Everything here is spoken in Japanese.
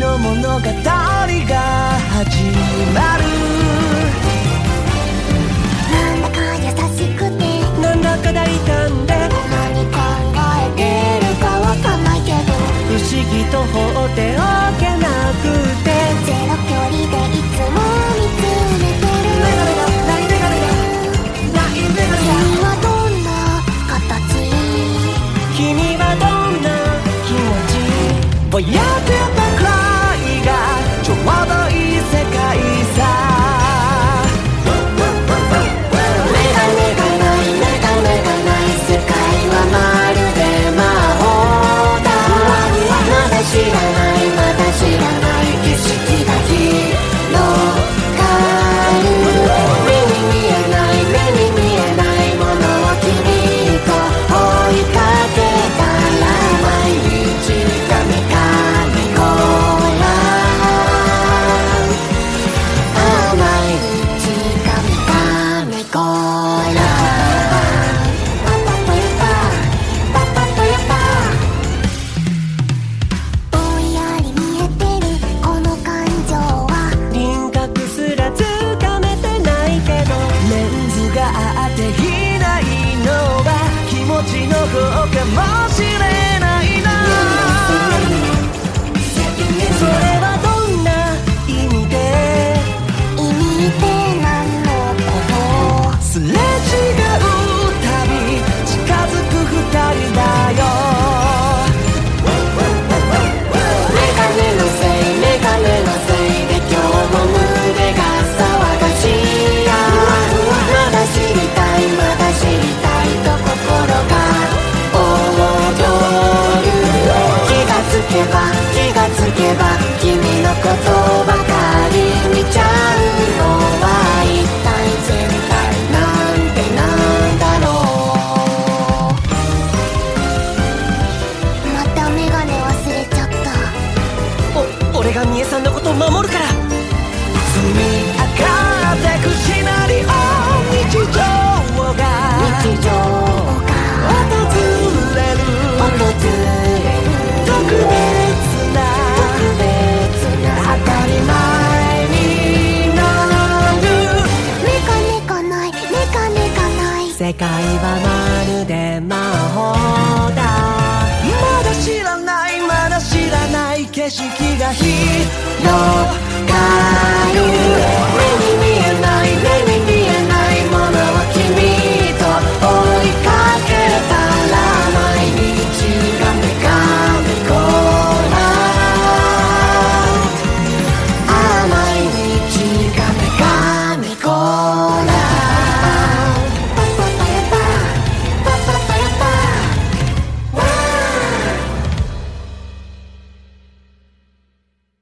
の物語が始まる。 なんだか優しくてなんだか大胆で何考えてるかわかんないけど不思議と放っておけなくてゼロ距離でいつも見つめてる。 メガネがないメガネがないメガネ君がはどんな形？ 君はどんな気持ち？ぼやってたくらいがちょうどいい世界さ。 メガネがないメガネがない世界はまるで魔法だ。まだ知らないまだ知らない景色が広がる。目に見えない目に見えないものを君と追いかけたら毎日がめかめこら毎日がめかめこらパパとやパパパとやパぼんやり見えてるこの感情は輪郭すらつかめてないけどレンズがあっていないのは気持ちの方かもしれないな。それはどんな意味で意味って何のこと？ すれ違うたび近づく二人だよ。 メガネのせいメガネのせいで今日も胸が騒がしいや。まだ知りたいまだ知りたいと心が踊る。気がつけば気がつけば君のことばかり見ちゃうのは一体全体なんてなんだろう。またメガネ忘れちゃった。 俺がみえさんのこと守るから。積み上がってくシナリオ日常が日常が訪れる訪れる特別な特別な当たり前になる。 メガネがないメガネがない世界はまるで魔法だ。まだ知らないまだ知らない景色が広がる。